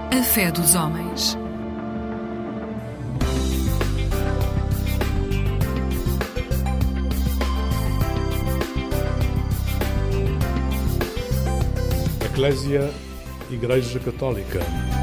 A fé dos homens. Eclésia, Igreja Católica.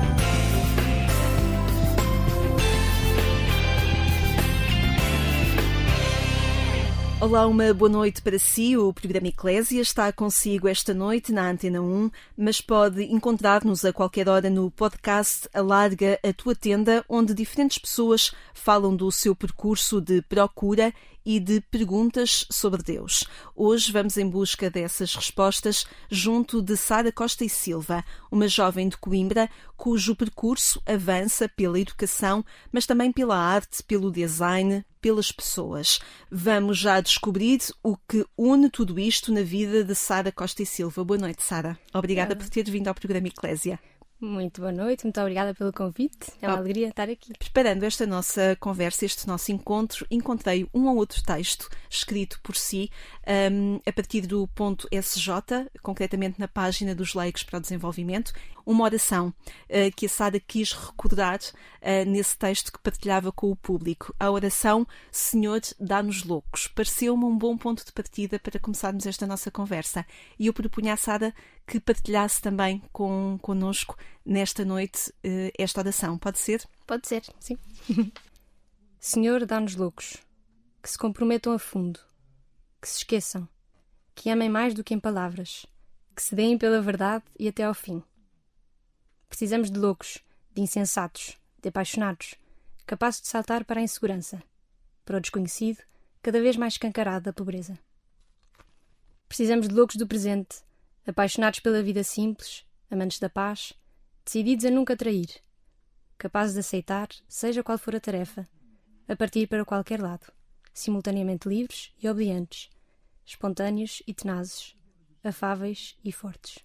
Olá, uma boa noite para si. O programa Eclésia está consigo esta noite na Antena 1, mas pode encontrar-nos a qualquer hora no podcast Alarga a Tua Tenda, onde diferentes pessoas falam do seu percurso de procura e de perguntas sobre Deus. Hoje vamos em busca dessas respostas junto de Sara Costa e Silva, uma jovem de Coimbra cujo percurso avança pela educação, mas também pela arte, pelo design, pelas pessoas. Vamos já descobrir o que une tudo isto na vida de Sara Costa e Silva. Boa noite, Sara. Obrigada por ter vindo ao programa Eclésia. Muito boa noite, muito obrigada pelo convite. É uma alegria estar aqui. Preparando esta nossa conversa, este nosso encontro, encontrei um ou outro texto escrito por si a partir do ponto SJ, concretamente na página dos Leigos para o Desenvolvimento, uma oração que a Sara quis recordar nesse texto que partilhava com o público. A oração Senhor, dá-nos loucos. Pareceu-me um bom ponto de partida para começarmos esta nossa conversa. E eu propunha à Sara que partilhasse também connosco nesta noite esta oração. Pode ser? Pode ser, sim. Senhor, dá-nos loucos, que se comprometam a fundo, que se esqueçam, que amem mais do que em palavras, que se deem pela verdade e até ao fim. Precisamos de loucos, de insensatos, de apaixonados, capazes de saltar para a insegurança, para o desconhecido, cada vez mais escancarado da pobreza. Precisamos de loucos do presente, apaixonados pela vida simples, amantes da paz, decididos a nunca trair, capazes de aceitar, seja qual for a tarefa, a partir para qualquer lado, simultaneamente livres e obedientes, espontâneos e tenazes, afáveis e fortes.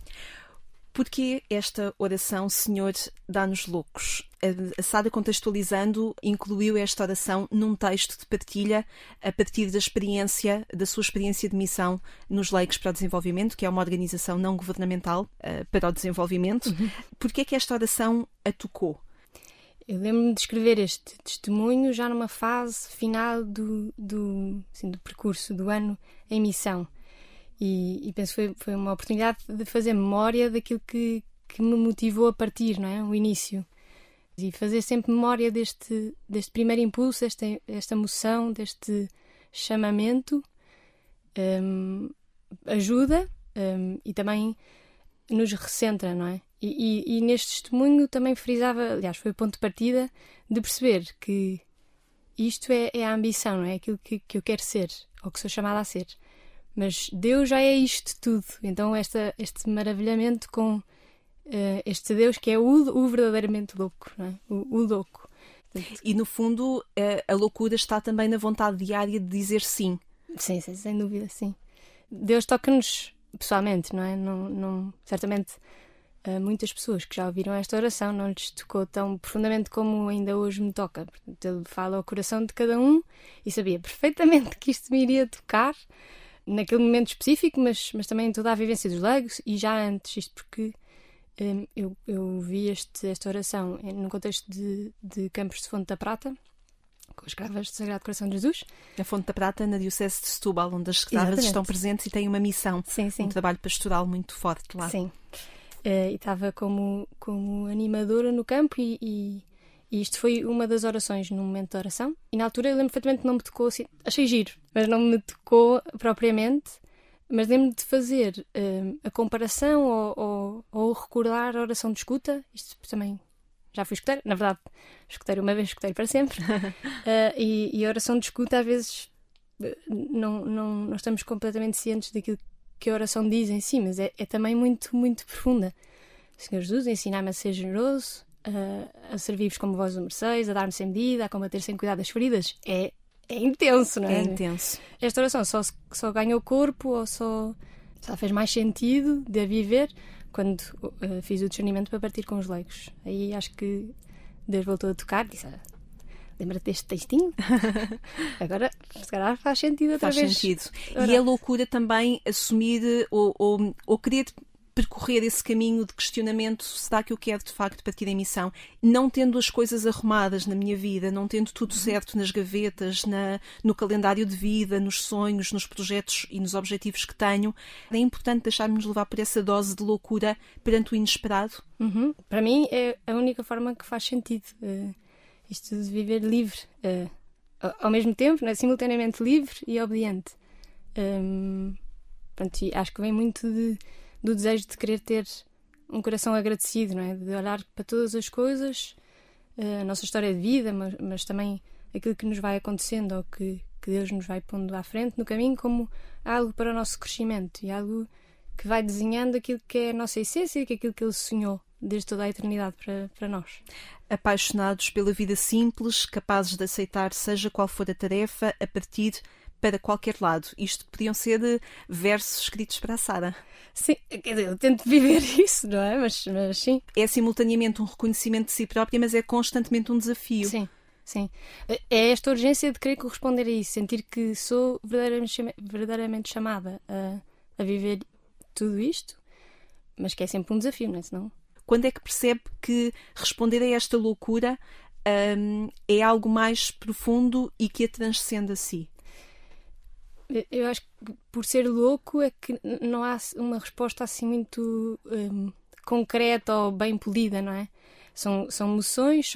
Porquê esta oração, Senhor, dá-nos loucos? A Sara, contextualizando, incluiu esta oração num texto de partilha a partir da sua experiência de missão nos Leigos para o Desenvolvimento, que é uma organização não governamental para o desenvolvimento. Porquê é que esta oração a tocou? Eu lembro-me de escrever este testemunho já numa fase final do percurso do ano em missão. E penso que foi uma oportunidade de fazer memória daquilo que me motivou a partir, não é? O início. E fazer sempre memória deste primeiro impulso, esta emoção, deste chamamento, ajuda e também nos recentra, não é? E neste testemunho também frisava, aliás, foi o ponto de partida de perceber que isto é a ambição, não é? Aquilo que eu quero ser, ou que sou chamada a ser. Mas Deus já é isto tudo. Então este maravilhamento com este Deus que é o verdadeiramente louco, não é? O louco. E no fundo a loucura está também na vontade diária de dizer sim. Sim, sem dúvida, sim. Deus toca-nos pessoalmente, não é? Não, certamente muitas pessoas que já ouviram esta oração não lhes tocou tão profundamente como ainda hoje me toca. Portanto, ele fala ao coração de cada um e sabia perfeitamente que isto me iria tocar naquele momento específico, mas também em toda a vivência dos Leigos e já antes, isto porque eu vi esta oração no contexto de Campos de Fonte da Prata, com as escravas do Sagrado Coração de Jesus. A Fonte da Prata, na Diocese de Setúbal, onde as escravas estão presentes e têm uma missão, sim. Um trabalho pastoral muito forte lá. Sim, e estava como animadora no campo e isto foi uma das orações num momento de oração. E na altura eu lembro perfeitamente que não me tocou assim, achei giro, mas não me tocou propriamente. Mas lembro-me de fazer a comparação ou recordar a oração de escuta. Isto também já fui escuteira, na verdade, escuteira uma vez, escuteira para sempre. E a oração de escuta às vezes não estamos completamente cientes daquilo que a oração diz em si, mas é também muito, muito profunda. Senhor Jesus, ensina-me a ser generoso, a servir-vos como vós o mereceis, a dar-me sem medida, a combater sem cuidado as feridas. É intenso, não é? É intenso. Esta oração só ganhou corpo ou só fez mais sentido de a viver quando fiz o discernimento para partir com os Leigos. Aí acho que Deus voltou a tocar e disse: lembra-te deste textinho? Agora, se calhar faz sentido outra vez. Faz sentido. E a loucura também assumir ou querer percorrer esse caminho de questionamento, será que eu quero de facto partir em missão? Não tendo as coisas arrumadas na minha vida, não tendo tudo certo nas gavetas, no calendário de vida, nos sonhos, nos projetos e nos objetivos que tenho, é importante deixarmos levar por essa dose de loucura perante o inesperado. Para mim é a única forma que faz sentido, isto de viver livre, ao mesmo tempo, né, simultaneamente livre e obediente. Pronto, e acho que vem muito do desejo de querer ter um coração agradecido, não é? De olhar para todas as coisas, a nossa história de vida, mas também aquilo que nos vai acontecendo ou que Deus nos vai pondo à frente no caminho como algo para o nosso crescimento e algo que vai desenhando aquilo que é a nossa essência e aquilo que Ele sonhou desde toda a eternidade para nós. Apaixonados pela vida simples, capazes de aceitar seja qual for a tarefa, a partir para qualquer lado. Isto podiam ser versos escritos para a Sara. Sim, quer dizer, eu tento viver isso, não é? Mas sim. É simultaneamente um reconhecimento de si própria, mas é constantemente um desafio. Sim, sim. É esta urgência de querer corresponder a isso, sentir que sou verdadeiramente chamada a viver tudo isto, mas que é sempre um desafio, não é? Senão... Quando é que percebe que responder a esta loucura é algo mais profundo e que a transcende a si? Eu acho que por ser louco é que não há uma resposta assim muito concreta ou bem polida, não é? São emoções,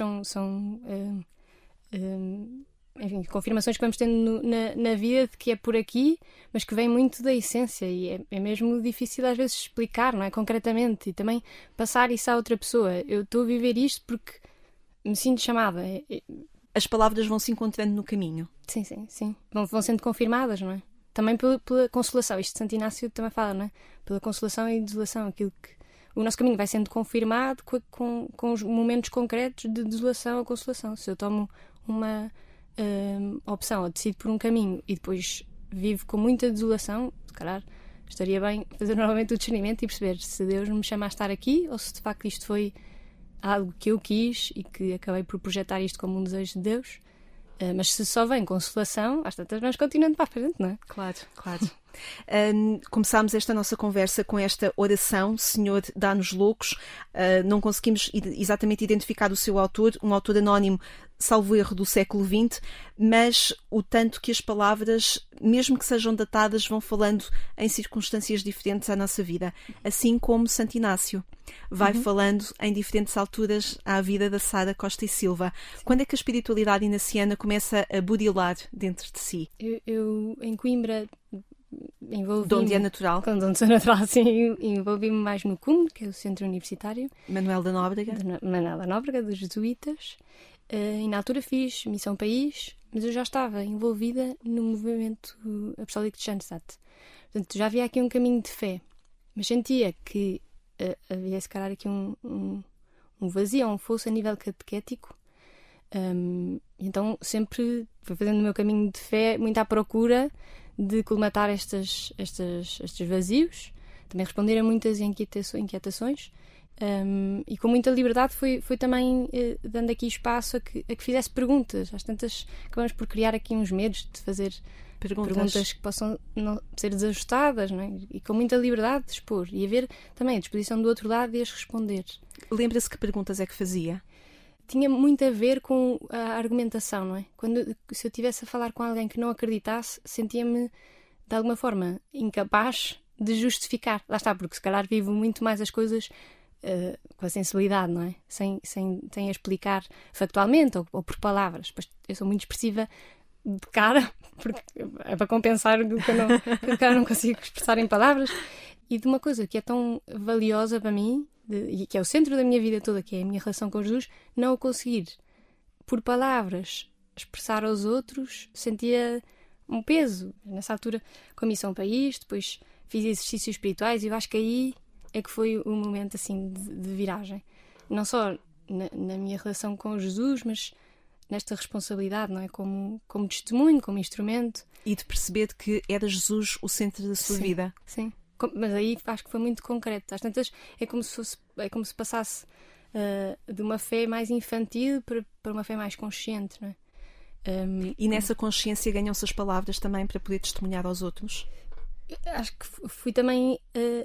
enfim, confirmações que vamos tendo na vida de que é por aqui, mas que vem muito da essência e é mesmo difícil às vezes explicar, não é? Concretamente, e também passar isso à outra pessoa. Eu estou a viver isto porque me sinto chamada. As palavras vão se encontrando no caminho. Sim, sim, sim. Vão sendo confirmadas, não é? Também pela consolação. Isto de Santo Inácio também fala, não é? Pela consolação e desolação. Aquilo que o nosso caminho vai sendo confirmado com os momentos concretos de desolação ou consolação. Se eu tomo uma opção ou decido por um caminho e depois vivo com muita desolação, se calhar estaria bem fazer novamente o discernimento e perceber se Deus me chama a estar aqui ou se de facto isto foi algo que eu quis e que acabei por projetar isto como um desejo de Deus. Mas se só vem consolação, às tantas vamos continuando para a frente, não é? Claro, claro. Começámos esta nossa conversa com esta oração, Senhor, dá-nos loucos. Não conseguimos exatamente identificar o seu autor, um autor anónimo, salvo erro, do século XX, mas o tanto que as palavras, mesmo que sejam datadas, vão falando em circunstâncias diferentes à nossa vida, assim como Santo Inácio vai falando em diferentes alturas à vida da Sara Costa e Silva. Quando é que a espiritualidade inaciana começa a burilar dentro de si? Eu em Coimbra envolvi-me... De onde é natural? De onde sou natural, sim. Envolvi-me mais no CUM, que é o Centro Universitário. Manuel da Nóbrega. Manuel da Nóbrega, dos Jesuítas. E na altura fiz Missão País, mas eu já estava envolvida no movimento apostólico de Schanstatt. Portanto, já havia aqui um caminho de fé, mas sentia que havia, se calhar, aqui um vazio, um fosso a nível catequético. Então, sempre fui fazendo o meu caminho de fé muito à procura de colmatar estes vazios, também responder a muitas inquietações. E com muita liberdade foi também dando aqui espaço a que fizesse perguntas. Às tantas acabamos por criar aqui uns medos de fazer perguntas que possam não ser desajustadas, não é? E com muita liberdade de expor e haver também a disposição do outro lado de as responder. Lembra-se que perguntas é que fazia? Tinha muito a ver com a argumentação, não é? Se eu estivesse a falar com alguém que não acreditasse, sentia-me de alguma forma incapaz de justificar. Lá está, porque se calhar vivo muito mais as coisas com a sensibilidade, não é? Sem a explicar factualmente ou por palavras. Eu sou muito expressiva de cara, porque é para compensar o que eu não consigo expressar em palavras. E de uma coisa que é tão valiosa para mim, e que é o centro da minha vida toda, que é a minha relação com Jesus, não o conseguir por palavras expressar aos outros, sentia um peso. Nessa altura, com a Missão País, depois fiz exercícios espirituais e eu acho que aí é que foi o momento assim de viragem. Não só na minha relação com Jesus, mas nesta responsabilidade, não é? Como testemunho, como instrumento. E de perceber que era Jesus o centro da sua vida. Sim. Mas aí acho que foi muito concreto. Às tantas é como se passasse de uma fé mais infantil para uma fé mais consciente, não é? E nessa consciência ganham-se as palavras também para poder testemunhar aos outros? Acho que fui também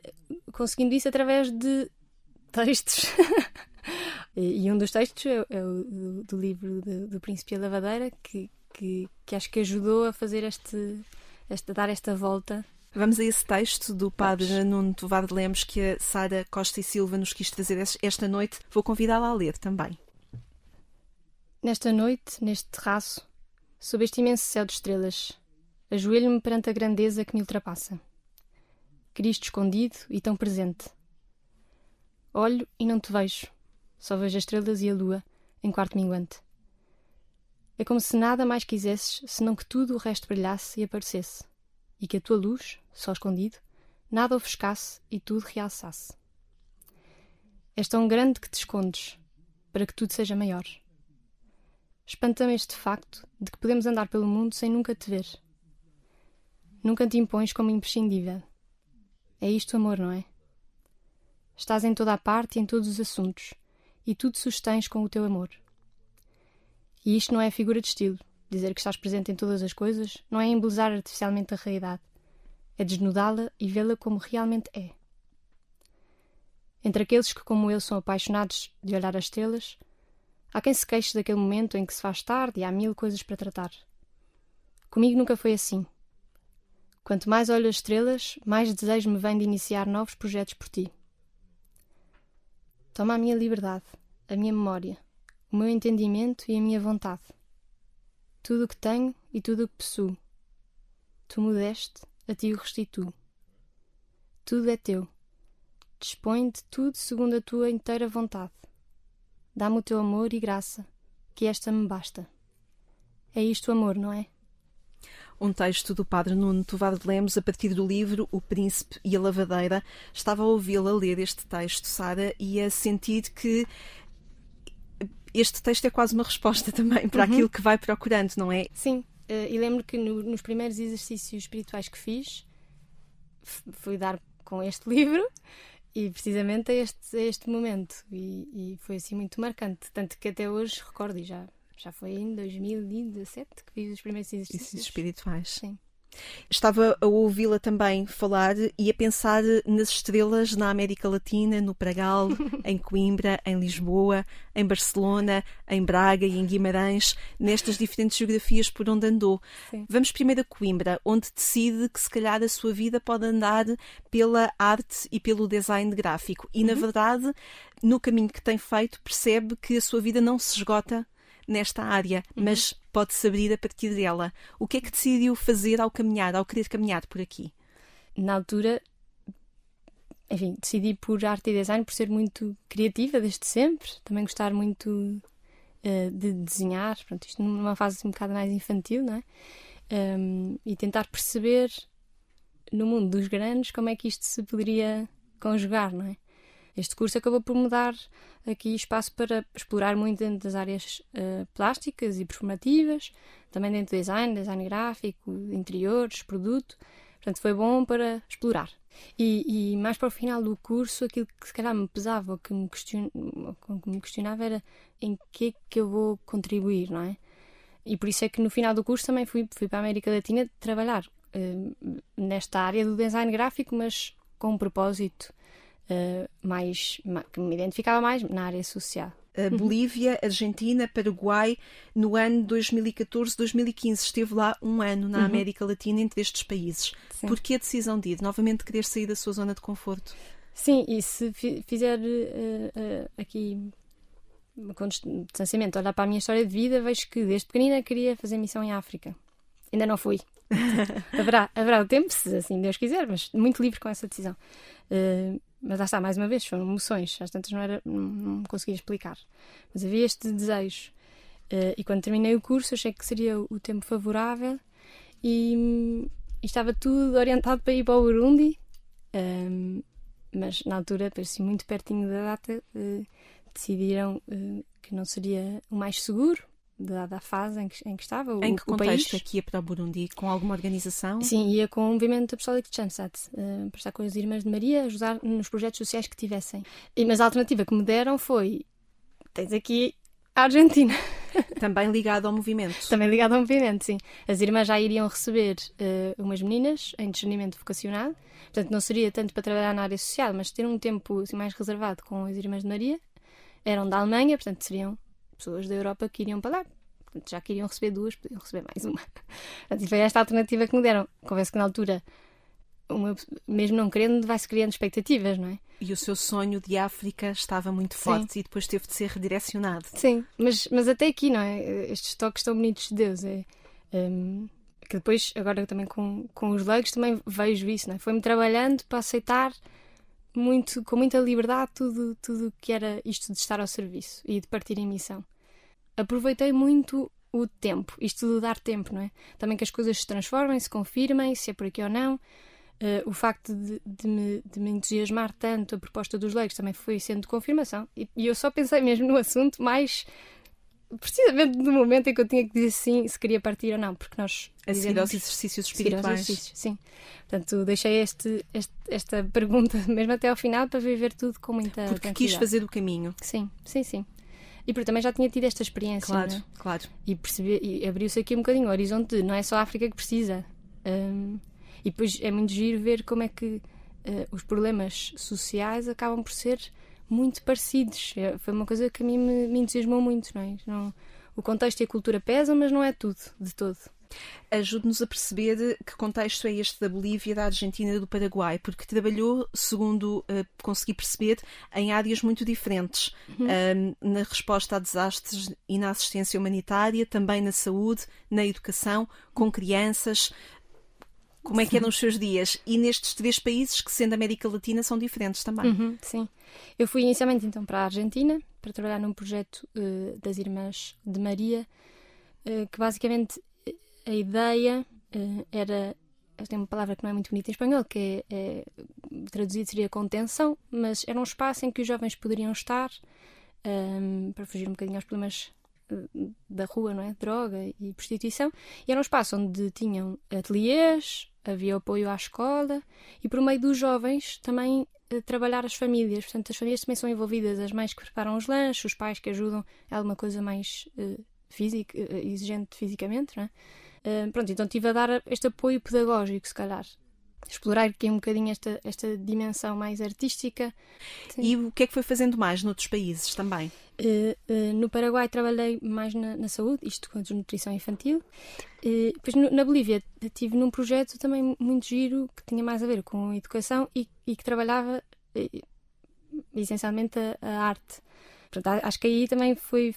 conseguindo isso através de textos. E um dos textos é o do livro do Príncipe e a Lavadeira, que acho que ajudou a fazer dar esta volta. Vamos a esse texto do padre Nuno Tovar de Lemos que a Sara Costa e Silva nos quis trazer esta noite. Vou convidá-la a ler também. Nesta noite, neste terraço, sob este imenso céu de estrelas, ajoelho-me perante a grandeza que me ultrapassa. Cristo escondido e tão presente. Olho e não te vejo, só vejo as estrelas e a lua em quarto minguante. É como se nada mais quisesses senão que tudo o resto brilhasse e aparecesse, e que a tua luz, só escondido, nada ofuscasse e tudo realçasse. És tão grande que te escondes, para que tudo seja maior. Espanta-me este facto de que podemos andar pelo mundo sem nunca te ver. Nunca te impões como imprescindível. É isto o amor, não é? Estás em toda a parte e em todos os assuntos, e tudo sustens com o teu amor. E isto não é figura de estilo. Dizer que estás presente em todas as coisas não é embelezar artificialmente a realidade. É desnudá-la e vê-la como realmente é. Entre aqueles que, como eu, são apaixonados de olhar as estrelas, há quem se queixe daquele momento em que se faz tarde e há 1000 coisas para tratar. Comigo nunca foi assim. Quanto mais olho as estrelas, mais desejo me vem de iniciar novos projetos por ti. Toma a minha liberdade, a minha memória, o meu entendimento e a minha vontade. Tudo o que tenho e tudo o que possuo. Tu me deste, a ti o restituo. Tudo é teu. Dispõe de tudo segundo a tua inteira vontade. Dá-me o teu amor e graça, que esta me basta. É isto o amor, não é? Um texto do padre Nuno Tovar de Lemos a partir do livro O Príncipe e a Lavadeira. Estava a ouvi-la ler este texto, Sara, e a sentir que este texto é quase uma resposta também para aquilo que vai procurando, não é? Sim, e lembro que nos primeiros exercícios espirituais que fiz, fui dar com este livro e precisamente a este momento. E foi assim muito marcante, tanto que até hoje recordo, e já foi em 2017 que fiz os primeiros exercícios espirituais. Sim. Estava a ouvi-la também falar e a pensar nas estrelas na América Latina, no Pragal, em Coimbra, em Lisboa, em Barcelona, em Braga e em Guimarães, nestas diferentes geografias por onde andou. Sim. Vamos primeiro a Coimbra, onde decide que se calhar a sua vida pode andar pela arte e pelo design gráfico. E, na verdade, no caminho que tem feito, percebe que a sua vida não se esgota nesta área, mas pode-se abrir a partir dela. O que é que decidiu fazer ao querer caminhar por aqui? Na altura, enfim, decidi por arte e design, por ser muito criativa desde sempre, também gostar muito de desenhar, pronto, isto numa fase um bocado mais infantil, não é? E tentar perceber no mundo dos grandes como é que isto se poderia conjugar, não é? Este curso acabou por me dar aqui espaço para explorar muito dentro das áreas plásticas e performativas, também dentro do design gráfico, interiores, produto. Portanto, foi bom para explorar. E mais para o final do curso, aquilo que se calhar me pesava, ou que me questionava era em que é que eu vou contribuir, não é? E por isso é que no final do curso também fui para a América Latina trabalhar nesta área do design gráfico, mas com um propósito que me identificava mais na área social. Bolívia, Argentina, Paraguai, no ano 2014, 2015. Esteve lá um ano na América Latina, entre estes países. Sim. Porquê a decisão de ir? Novamente querer sair da sua zona de conforto? Sim, e se fizer aqui com distanciamento, olhar para a minha história de vida, vejo que desde pequenina queria fazer missão em África. Ainda não fui. haverá o tempo, se assim Deus quiser, mas muito livre com essa decisão. Mas lá está, mais uma vez, foram emoções, às tantas não conseguia explicar, mas havia este desejo, e quando terminei o curso achei que seria o tempo favorável e estava tudo orientado para ir para o Burundi, mas na altura, assim, muito pertinho da data, decidiram que não seria o mais seguro, dada a fase em que estava o país. Em que contexto é que ia para o Burundi? Com alguma organização? Sim, ia com o Movimento Apostólico de Chamsat, para estar com as Irmãs de Maria, ajudar nos projetos sociais que tivessem. Mas a alternativa que me deram foi: tens aqui a Argentina. Também ligado ao movimento. Também ligado ao movimento, sim. As irmãs já iriam receber umas meninas em discernimento vocacionado. Portanto, não seria tanto para trabalhar na área social, mas ter um tempo assim, mais reservado com as irmãs de Maria. Eram da Alemanha, portanto, seriam pessoas da Europa que iriam para lá. Portanto, já que iriam receber 2, podiam receber mais uma. Portanto, e foi esta alternativa que me deram. Confesso que na altura, mesmo não querendo, vai-se criando expectativas, não é? E o seu sonho de África estava muito forte e depois teve de ser redirecionado. Sim, mas até aqui, não é? Estes toques tão bonitos de Deus. Que depois, agora também com os leigos, também vejo isso, não é? Foi-me trabalhando para aceitar com muita liberdade tudo que era isto de estar ao serviço e de partir em missão. Aproveitei muito o tempo, isto de dar tempo, não é? Também que as coisas se transformem, se confirmem, se é por aqui ou não. O facto de me entusiasmar tanto a proposta dos leigos também foi sendo confirmação. E eu só pensei mesmo no assunto mais precisamente no momento em que eu tinha que dizer sim, se queria partir ou não, porque nós... A seguir aos exercícios espirituais. Sim. Portanto, deixei esta pergunta mesmo até ao final para viver tudo com muita porque quis fazer o caminho. Sim. E porque também já tinha tido esta experiência. Claro, não é? claro. E percebi, e abriu-se aqui um bocadinho o horizonte de não é só a África que precisa. E depois é muito giro ver como é que os problemas sociais acabam por ser muito parecidos. Foi uma coisa que a mim me entusiasmou muito, não é? O contexto e a cultura pesam, mas não é tudo, de todo. Ajude-nos a perceber que contexto é este da Bolívia, da Argentina e do Paraguai, porque trabalhou, segundo consegui perceber, em áreas muito diferentes. Na resposta a desastres e na assistência humanitária, também na saúde, na educação, com crianças. Como é que eram os seus dias? E nestes 3 países, que sendo América Latina, são diferentes também. Sim. Eu fui inicialmente então para a Argentina, para trabalhar num projeto das Irmãs de Maria, que basicamente a ideia era... Tem uma palavra que não é muito bonita em espanhol, que traduzido seria contenção, mas era um espaço em que os jovens poderiam estar para fugir um bocadinho aos problemas da rua, não é? Droga e prostituição. E era um espaço onde tinham ateliês, havia apoio à escola e por meio dos jovens também trabalhar as famílias. Portanto, as famílias também são envolvidas, as mães que preparam os lanches, os pais que ajudam a alguma coisa mais exigente fisicamente, não é? Pronto, então estive a dar este apoio pedagógico, se calhar. Explorar aqui um bocadinho esta dimensão mais artística. Sim. E o que é que foi fazendo mais noutros países também? No Paraguai trabalhei mais na saúde, isto com a desnutrição infantil. Depois na Bolívia estive num projeto também muito giro, que tinha mais a ver com a educação e que trabalhava essencialmente a arte. Portanto, acho que aí também fui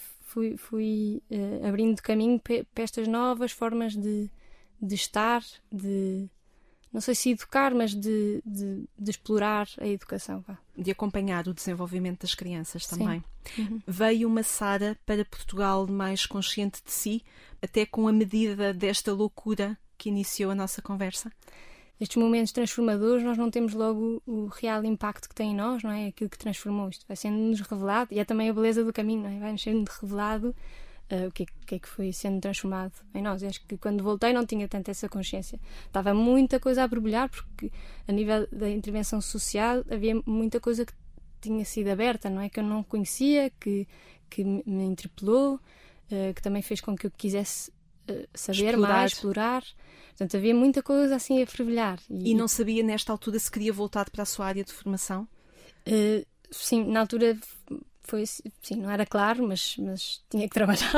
abrindo caminho para estas novas formas de estar, de... Não sei se educar, mas de explorar a educação. De acompanhar o desenvolvimento das crianças também. Uhum. Veio uma Sara para Portugal mais consciente de si, até com a medida desta loucura que iniciou a nossa conversa? Estes momentos transformadores, nós não temos logo o real impacto que tem em nós, não é? Aquilo que transformou isto. Vai sendo-nos revelado, e é também a beleza do caminho, não é? Vai-nos sendo revelado o que é que foi sendo transformado em nós. E acho que quando voltei não tinha tanto essa consciência. Estava muita coisa a borbulhar, porque a nível da intervenção social havia muita coisa que tinha sido aberta, não é? Que eu não conhecia, que me interpelou, que também fez com que eu quisesse saber mais, explorar. Portanto, havia muita coisa assim a fervilhar. E não sabia nesta altura se queria voltar para a sua área de formação? Sim, na altura... Foi, sim, não era claro, mas tinha que trabalhar.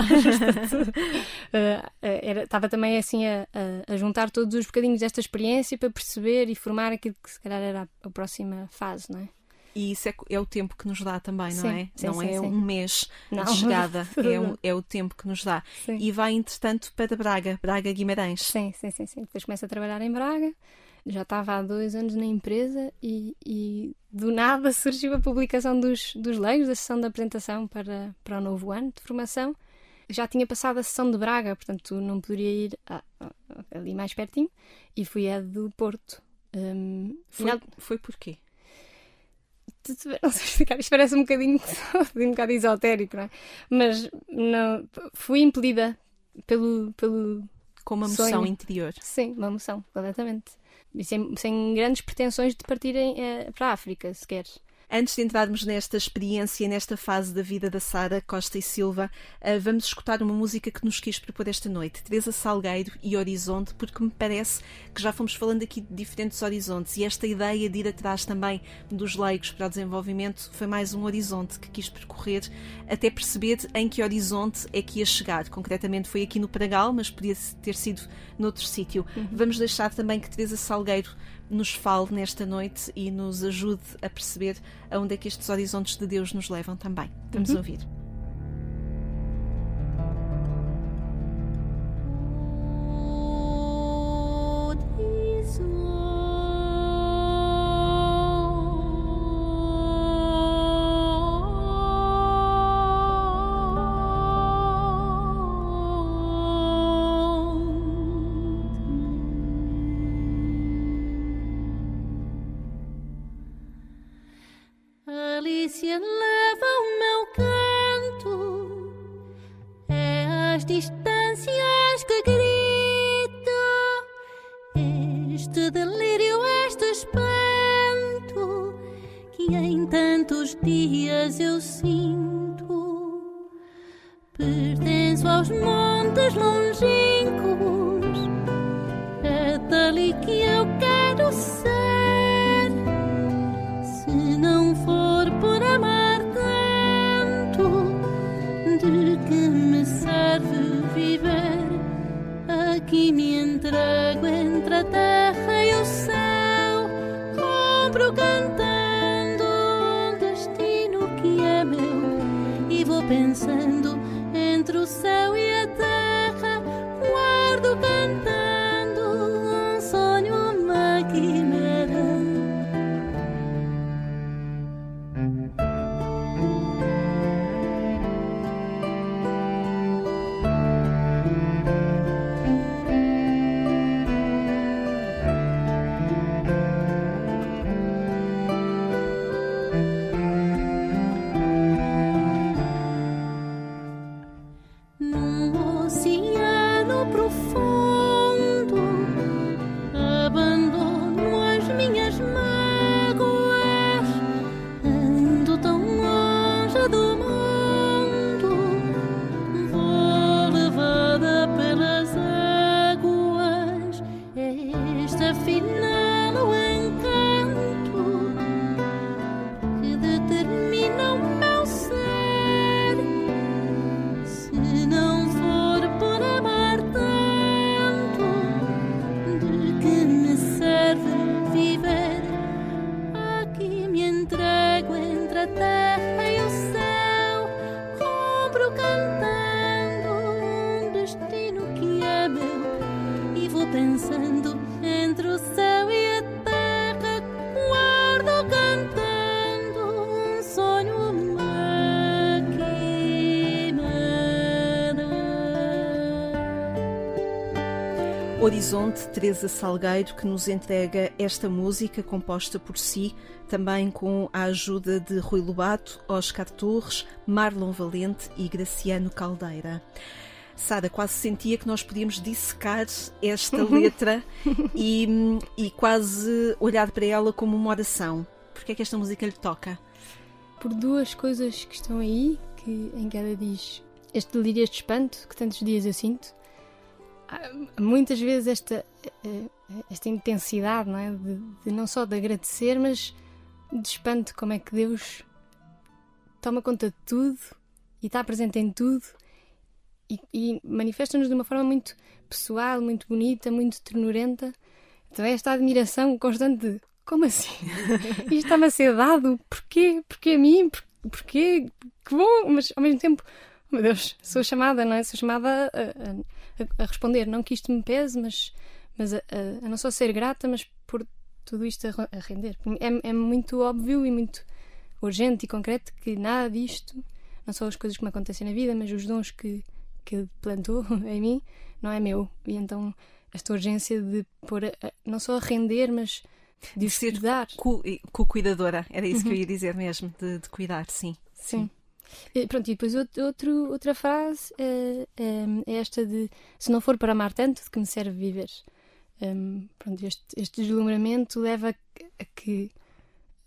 Estava também assim a juntar todos os bocadinhos desta experiência para perceber e formar aquilo que se calhar era a próxima fase, não é? E isso é o tempo que nos dá também, não é? Sim, não sim, é sim. Um mês não. de chegada, é o tempo que nos dá. Sim. E vai, entretanto, para Braga Guimarães. Sim. Depois começo a trabalhar em Braga. Já estava há 2 anos na empresa e do nada surgiu a publicação dos leigos, da sessão de apresentação para o novo ano de formação. Já tinha passado a sessão de Braga, portanto não poderia ir ali mais pertinho, e fui a do Porto. Foi porquê? Não sei explicar, isto parece um bocado esotérico, não é? Mas não, fui impelida pelo com uma sonho. emoção interior. Sim, uma emoção, completamente. E sem grandes pretensões de partirem para a África, sequer. Antes de entrarmos nesta experiência, nesta fase da vida da Sara Costa e Silva, vamos escutar uma música que nos quis propor esta noite, Teresa Salgueiro e Horizonte, porque me parece que já fomos falando aqui de diferentes horizontes e esta ideia de ir atrás também dos leigos para o desenvolvimento foi mais um horizonte que quis percorrer até perceber em que horizonte é que ia chegar. Concretamente foi aqui no Pragal, mas podia ter sido noutro sítio. Vamos deixar também que Teresa Salgueiro nos fale nesta noite e nos ajude a perceber aonde é que estes horizontes de Deus nos levam também. Vamos ouvir. Alícia leva o meu canto, é às distâncias que grita este delírio, este espanto que em tantos dias eu sinto. Pertenço aos montes longínquos, é dali que eu quero ser. Se não for por amar tanto, de que me serve viver? Aqui me entrego entre a terra e o céu, compro cantando um destino que é meu, e vou pensando entre o céu e a terra, guardo cantando um sonho, uma quimera. Num oceano profundo, abandono as minhas mágoas, ando tão longe do mundo, vou levada pelas águas. Este afinal o encanto que determina o meu ser. Se não for por amar tanto, de que me serve viver? Aqui me entrego entre a terra e o céu, compro cantando um destino que é meu, e vou pensando entre o céu e a terra, guardo cantando um sonho, uma quimera. Horizonte, Teresa Salgueiro, que nos entrega esta música composta por si, também com a ajuda de Rui Lobato, Oscar Torres, Marlon Valente e Graciano Caldeira. Sara, quase sentia que nós podíamos dissecar esta letra e quase olhar para ela como uma oração. Porque é que esta música lhe toca? Por duas coisas que estão aí, em que ela diz este delírio, este espanto que tantos dias eu sinto. Há muitas vezes esta intensidade, não é? De não só de agradecer, mas de espanto, como é que Deus toma conta de tudo e está presente em tudo e manifesta-nos de uma forma muito pessoal, muito bonita, muito ternurenta. Então é esta admiração constante de como assim? Isto está-me a ser dado? Porquê? Porquê a mim? Porquê? Que bom! Mas ao mesmo tempo, meu Deus, sou chamada, não é? Sou chamada a responder. Não que isto me pese, mas a não só ser grata, mas por tudo isto a render. É muito óbvio e muito urgente e concreto que nada disto, não só as coisas que me acontecem na vida, mas os dons que plantou em mim, não é meu. E então esta urgência de pôr não só a render, mas de ser cuidar. Co-cuidadora, era isso que eu ia dizer mesmo, de cuidar, sim. Sim. E pronto, e depois outra frase é esta de: se não for para amar tanto, de que me serve viver? Pronto, este deslumbramento leva a que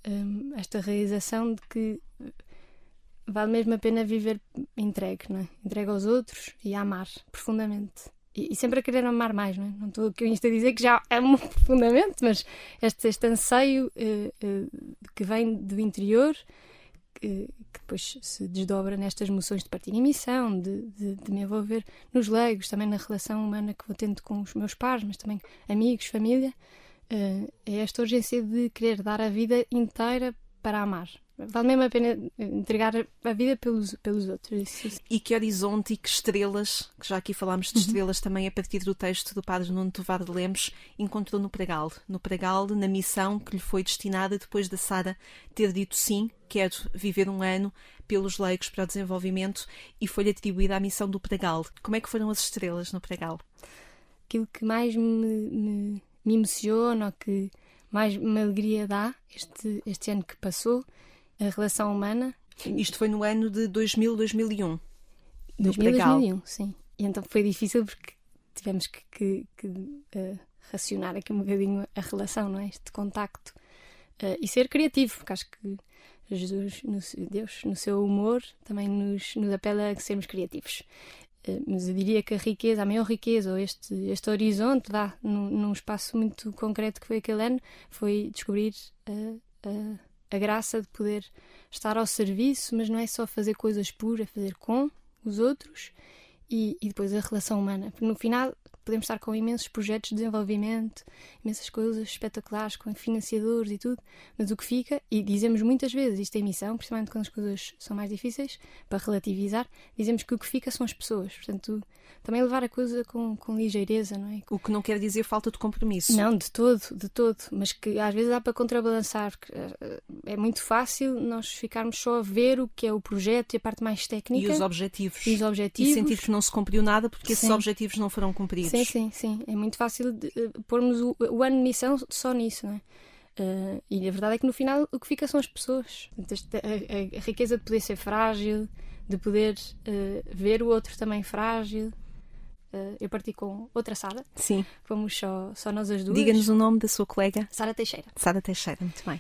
esta realização de que vale mesmo a pena viver entregue, não é? Entregue aos outros e a amar profundamente. E sempre a querer amar mais, não é? Não estou aqui a dizer que já amo profundamente, mas este anseio que vem do interior, que depois se desdobra nestas moções de partilha e missão, de me envolver nos leigos, também na relação humana que vou tendo com os meus pares, mas também amigos, família, é esta urgência de querer dar a vida inteira para amar. Vale mesmo a pena entregar a vida pelos outros. Isso. E que horizonte e que estrelas, que já aqui falámos de estrelas também a partir do texto do Padre Nuno Tovar de Lemos, encontrou no Pregal, na missão que lhe foi destinada depois da Sara ter dito sim, quero viver um ano pelos leigos para o desenvolvimento, e foi-lhe atribuída a missão do Pregal. Como é que foram as estrelas no Pregal? Aquilo que mais me emociona, ou que mais me alegria dá este ano que passou, a relação humana. Isto foi no ano de 2000-2001. 2000-2001, sim. E então foi difícil porque tivemos que racionar aqui um bocadinho a relação, não é? Este contacto. E ser criativo, porque acho que Jesus, Deus, no seu humor, também nos apela a sermos criativos. Mas eu diria que a maior riqueza, ou este horizonte, num espaço muito concreto que foi aquele ano, foi descobrir a graça de poder estar ao serviço, mas não é só fazer coisas por, é fazer com os outros e depois a relação humana. Porque no final podemos estar com imensos projetos de desenvolvimento, imensas coisas espetaculares, com financiadores e tudo, mas o que fica, e dizemos muitas vezes isto em missão, principalmente quando as coisas são mais difíceis, para relativizar, dizemos que o que fica são as pessoas. Portanto, também levar a coisa com ligeireza, não é? O que não quer dizer falta de compromisso. Não, de todo, mas que às vezes dá para contrabalançar, porque é muito fácil nós ficarmos só a ver o que é o projeto e a parte mais técnica. E os objetivos. E sentir que não se cumpriu nada porque esses objetivos não foram cumpridos. Sim. É muito fácil pormos o ano de missão só nisso, não é? E a verdade é que no final o que fica são as pessoas. A riqueza de poder ser frágil, de poder ver o outro também frágil. Eu parti com outra Sara. Sim. Fomos só nós as duas. Diga-nos o nome da sua colega. Sara Teixeira. Sara Teixeira, muito bem.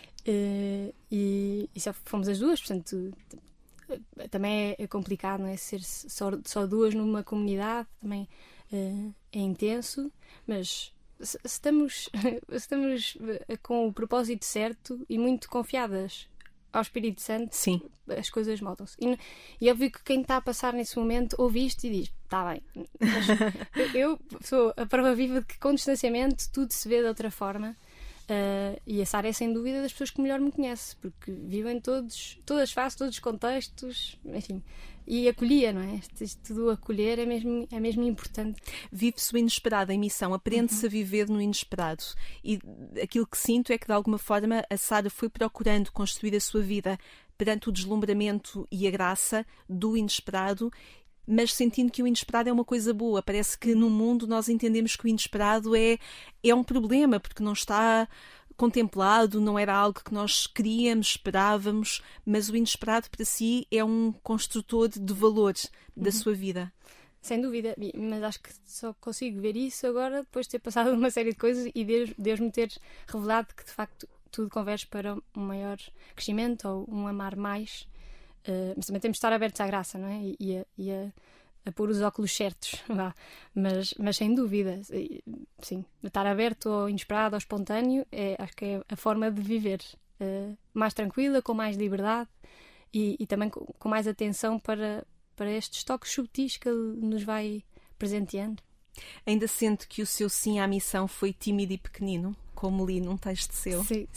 E só fomos as duas, portanto também é complicado, não é? Ser só duas numa comunidade também é intenso, mas se estamos com o propósito certo e muito confiadas ao Espírito Santo, sim, as coisas mudam-se. E é óbvio que quem está a passar nesse momento ouve isto e diz, está bem, mas eu sou a prova viva de que com distanciamento tudo se vê de outra forma. E a Sara é sem dúvida das pessoas que melhor me conhece, porque vivem todas as fases, todos os contextos, enfim, e acolhia, não é? Isto do acolher é mesmo importante. Vive-se o inesperado em missão, aprende-se a viver no inesperado, e aquilo que sinto é que de alguma forma a Sara foi procurando construir a sua vida perante o deslumbramento e a graça do inesperado, mas sentindo que o inesperado é uma coisa boa. Parece que no mundo nós entendemos que o inesperado é um problema, porque não está contemplado, não era algo que nós queríamos, esperávamos, mas o inesperado para si é um construtor de valores da sua vida. Sem dúvida, mas acho que só consigo ver isso agora depois de ter passado uma série de coisas e Deus me ter revelado que de facto tudo converge para um maior crescimento ou um amar mais. Mas também temos de estar abertos à graça, não é? E a pôr os óculos certos, mas sem dúvida, sim, estar aberto ao inesperado, ao espontâneo, acho que é a forma de viver mais tranquila, com mais liberdade e também com mais atenção para estes toques subtis que ele nos vai presenteando. Ainda sente que o seu sim à missão foi tímido e pequenino, como li num texto seu? Sim,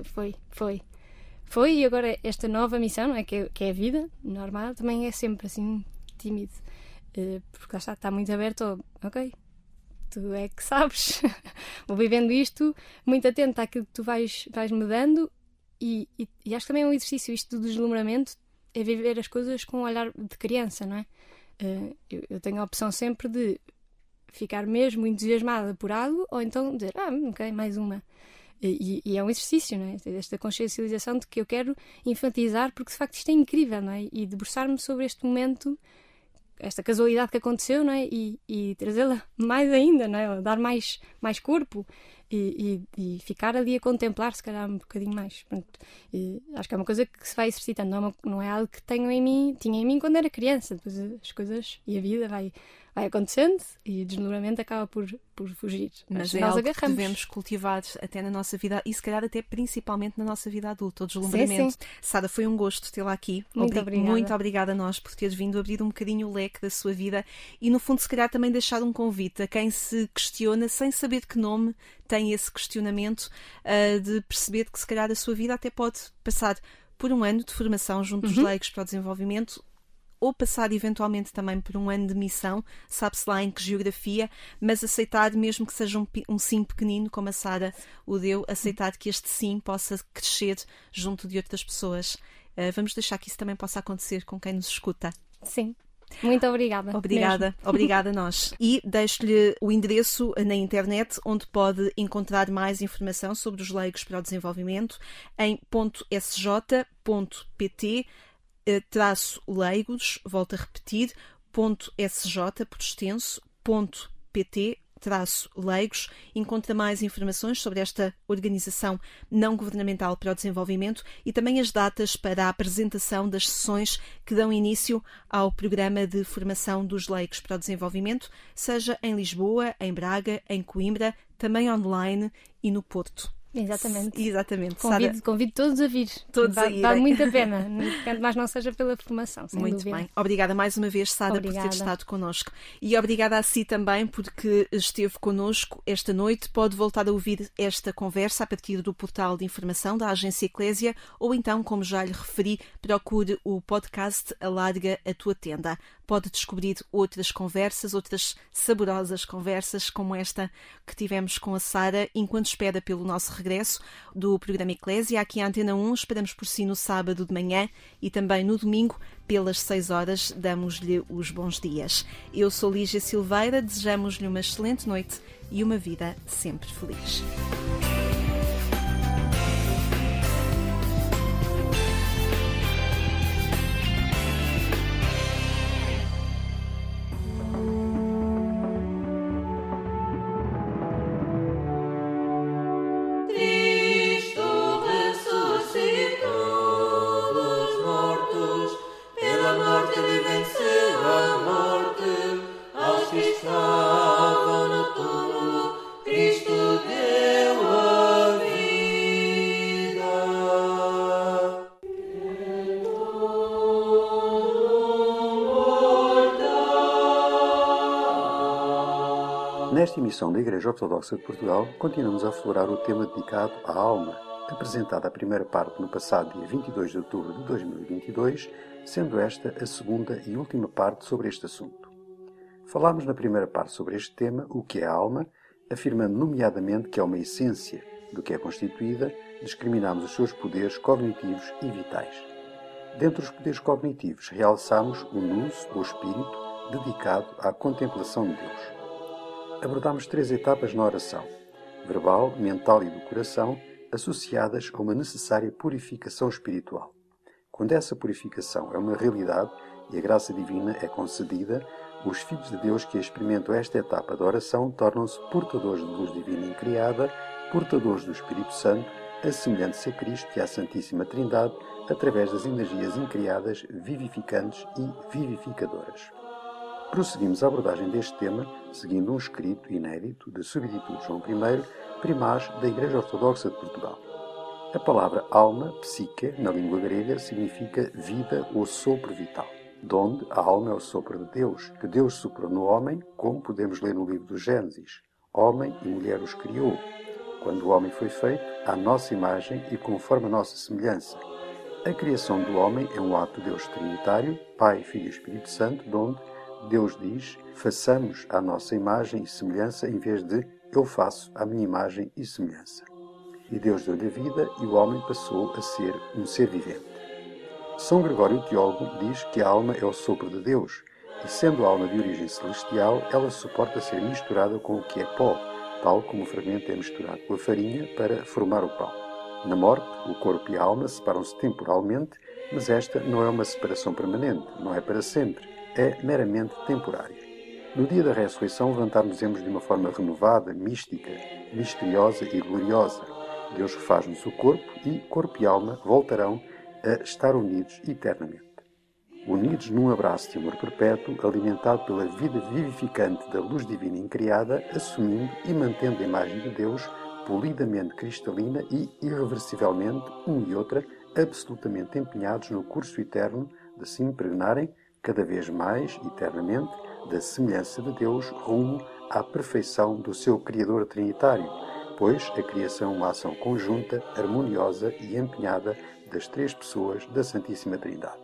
foi, e agora esta nova missão, não é? Que é a vida normal, também é sempre assim tímido, porque lá está muito aberto ok, tu é que sabes, vou vivendo isto, muito atento àquilo que tu vais mudando e acho que também é um exercício isto do deslumbramento, é viver as coisas com um olhar de criança, não é? Eu tenho a opção sempre de ficar mesmo entusiasmada por algo ou então dizer, ok, mais uma. E é um exercício, não é? Esta consciencialização de que eu quero infantizar porque de facto isto é incrível, não é? E debruçar-me sobre este momento, esta casualidade que aconteceu, não é? E trazê-la mais ainda, não é? Dar mais corpo e ficar ali a contemplar, se calhar um bocadinho mais. Pronto, acho que é uma coisa que se vai exercitando, não é algo que tinha em mim quando era criança. Depois as coisas e a vida vai acontecendo e o deslumbramento acaba por fugir. Mas é nós algo agarramos. que devemos cultivar até na nossa vida e se calhar até principalmente na nossa vida adulta, o deslumbramento. Sim. Sara, foi um gosto tê-la aqui. Muito obrigada. Muito obrigada a nós por teres vindo abrir um bocadinho o leque da sua vida e no fundo se calhar também deixar um convite a quem se questiona sem saber que nome tem esse questionamento, de perceber que se calhar a sua vida até pode passar por um ano de formação junto dos leigos para o desenvolvimento ou passar eventualmente também por um ano de missão, sabe-se lá em que geografia, mas aceitar, mesmo que seja um sim pequenino, como a Sara o deu, aceitar que este sim possa crescer junto de outras pessoas. Vamos deixar que isso também possa acontecer com quem nos escuta. Sim. Muito obrigada. Obrigada a nós. E deixo-lhe o endereço na internet onde pode encontrar mais informação sobre os leigos para o desenvolvimento em .sj.pt /leigos, volto a repetir, .sj, por extenso, .pt /leigos. Encontra mais informações sobre esta organização não governamental para o desenvolvimento e também as datas para a apresentação das sessões que dão início ao programa de formação dos leigos para o desenvolvimento, seja em Lisboa, em Braga, em Coimbra, também online e no Porto. Exatamente. Sara, Convido todos a vir. Vale muito a pena, quanto mais não seja pela formação, sem muito dúvida. bem. Obrigada mais uma vez, Sara, por ter estado connosco. E obrigada a si também, porque esteve connosco esta noite. Pode voltar a ouvir esta conversa a partir do portal de informação da Agência Eclésia ou então, como já lhe referi, procure o podcast Alarga a Tua Tenda. Pode descobrir outras conversas, outras saborosas conversas como esta que tivemos com a Sara, enquanto espera pelo nosso regresso do programa Eclésia. Aqui à Antena 1, esperamos por si no sábado de manhã e também no domingo, pelas 6 horas, damos-lhe os bons dias. Eu sou Lígia Silveira, desejamos-lhe uma excelente noite e uma vida sempre feliz. Nesta emissão da Igreja Ortodoxa de Portugal, continuamos a aflorar o tema dedicado à alma, apresentada a primeira parte no passado dia 22 de outubro de 2022, sendo esta a segunda e última parte sobre este assunto. Falámos na primeira parte sobre este tema, o que é a alma, afirmando nomeadamente que é uma essência do que é constituída, discriminámos os seus poderes cognitivos e vitais. Dentre os poderes cognitivos, realçámos o nous, ou espírito, dedicado à contemplação de Deus. Abordámos 3 etapas na oração, verbal, mental e do coração, associadas a uma necessária purificação espiritual. Quando essa purificação é uma realidade e a graça divina é concedida, os filhos de Deus que experimentam esta etapa da oração tornam-se portadores de luz divina incriada, portadores do Espírito Santo, assemelhantes a Cristo e à Santíssima Trindade, através das energias incriadas, vivificantes e vivificadoras. Prosseguimos a abordagem deste tema, seguindo um escrito inédito de Substituto João I, primaz da Igreja Ortodoxa de Portugal. A palavra alma, psique, na língua grega, significa vida ou sopro vital, donde a alma é o sopro de Deus, que Deus soprou no homem, como podemos ler no livro do Gênesis. Homem e mulher os criou. Quando o homem foi feito, à nossa imagem e conforme a nossa semelhança. A criação do homem é um ato de Deus trinitário, Pai, Filho e Espírito Santo, donde Deus diz, façamos à nossa imagem e semelhança, em vez de eu faço à minha imagem e semelhança. E Deus deu-lhe a vida e o homem passou a ser um ser vivente. São Gregório Teólogo diz que a alma é o sopro de Deus, e sendo a alma de origem celestial, ela suporta ser misturada com o que é pó, tal como o fermento é misturado com a farinha para formar o pão. Na morte, o corpo e a alma separam-se temporalmente, mas esta não é uma separação permanente, não é para sempre. É meramente temporária. No dia da ressurreição, levantar-nos-emos de uma forma renovada, mística, misteriosa e gloriosa. Deus refaz-nos o corpo e corpo e alma voltarão a estar unidos eternamente. Unidos num abraço de amor perpétuo, alimentado pela vida vivificante da luz divina incriada, assumindo e mantendo a imagem de Deus, polidamente cristalina e, irreversivelmente, um e outra, absolutamente empenhados no curso eterno de se impregnarem, cada vez mais, eternamente, da semelhança de Deus rumo à perfeição do seu Criador Trinitário, pois a criação é uma ação conjunta, harmoniosa e empenhada das três pessoas da Santíssima Trindade.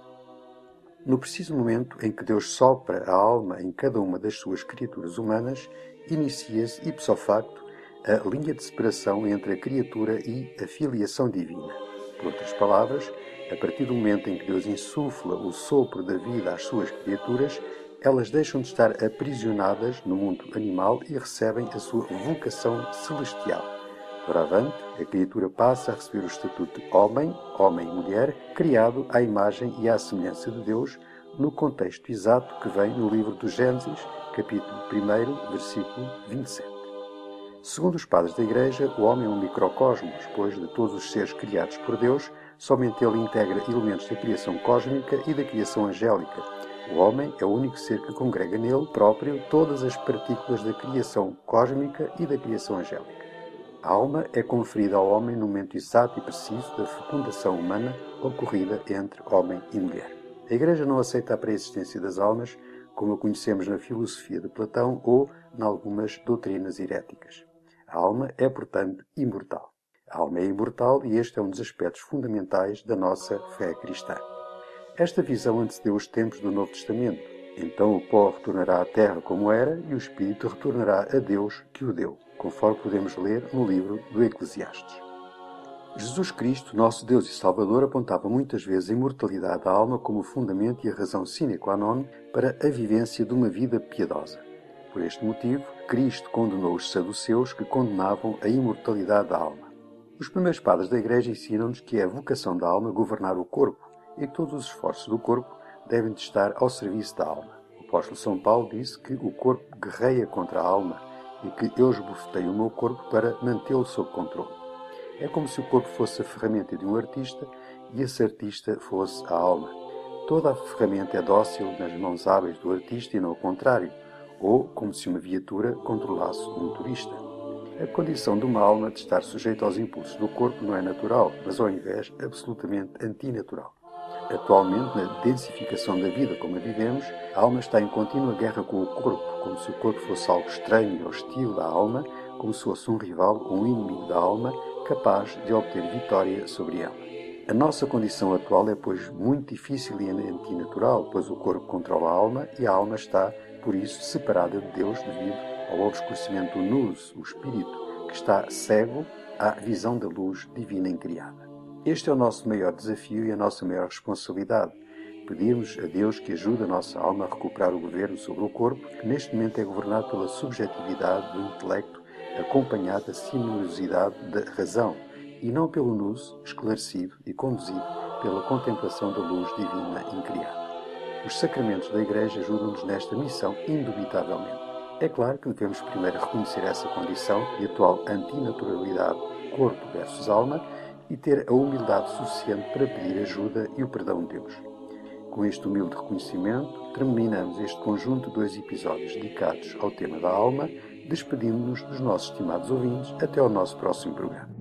No preciso momento em que Deus sopra a alma em cada uma das suas criaturas humanas, inicia-se, ipso facto, a linha de separação entre a criatura e a filiação divina. Por outras palavras, a partir do momento em que Deus insufla o sopro da vida às suas criaturas, elas deixam de estar aprisionadas no mundo animal e recebem a sua vocação celestial. Doravante, a criatura passa a receber o estatuto de homem, homem e mulher, criado à imagem e à semelhança de Deus, no contexto exato que vem no livro do Gênesis, capítulo 1, versículo 27. Segundo os padres da Igreja, o homem é um microcosmos, pois de todos os seres criados por Deus, somente ele integra elementos da criação cósmica e da criação angélica. O homem é o único ser que congrega nele próprio todas as partículas da criação cósmica e da criação angélica. A alma é conferida ao homem no momento exato e preciso da fecundação humana ocorrida entre homem e mulher. A Igreja não aceita a pré-existência das almas, como a conhecemos na filosofia de Platão ou em algumas doutrinas heréticas. A alma é, portanto, imortal. A alma é imortal e este é um dos aspectos fundamentais da nossa fé cristã. Esta visão antecedeu os tempos do Novo Testamento. Então o pó retornará à terra como era e o Espírito retornará a Deus que o deu, conforme podemos ler no livro do Eclesiastes. Jesus Cristo, nosso Deus e Salvador, apontava muitas vezes a imortalidade da alma como o fundamento e a razão sine qua non para a vivência de uma vida piedosa. Por este motivo, Cristo condenou os saduceus que condenavam a imortalidade da alma. Os primeiros padres da Igreja ensinam-nos que é a vocação da alma governar o corpo e que todos os esforços do corpo devem de estar ao serviço da alma. O apóstolo São Paulo disse que o corpo guerreia contra a alma e que eu esbofeteio o meu corpo para mantê-lo sob controle. É como se o corpo fosse a ferramenta de um artista e esse artista fosse a alma. Toda a ferramenta é dócil nas mãos hábeis do artista e não o contrário, ou como se uma viatura controlasse um motorista. A condição de uma alma de estar sujeita aos impulsos do corpo não é natural, mas ao invés absolutamente antinatural. Atualmente, na densificação da vida como a vivemos, a alma está em contínua guerra com o corpo, como se o corpo fosse algo estranho e hostil à alma, como se fosse um rival ou um inimigo da alma, capaz de obter vitória sobre ela. A nossa condição atual é, pois, muito difícil e antinatural, pois o corpo controla a alma e a alma está, por isso, separada de Deus devido ao obscurecimento do nous, o espírito, que está cego à visão da luz divina incriada. Este é o nosso maior desafio e a nossa maior responsabilidade. Pedirmos a Deus que ajude a nossa alma a recuperar o governo sobre o corpo, que neste momento é governado pela subjetividade do intelecto, acompanhada da sinuosidade da razão, e não pelo nous esclarecido e conduzido pela contemplação da luz divina incriada. Os sacramentos da Igreja ajudam-nos nesta missão, indubitavelmente. É claro que devemos primeiro reconhecer essa condição de atual antinaturalidade, corpo versus alma, e ter a humildade suficiente para pedir ajuda e o perdão de Deus. Com este humilde reconhecimento, terminamos este conjunto de 2 episódios dedicados ao tema da alma, despedindo-nos dos nossos estimados ouvintes até ao nosso próximo programa.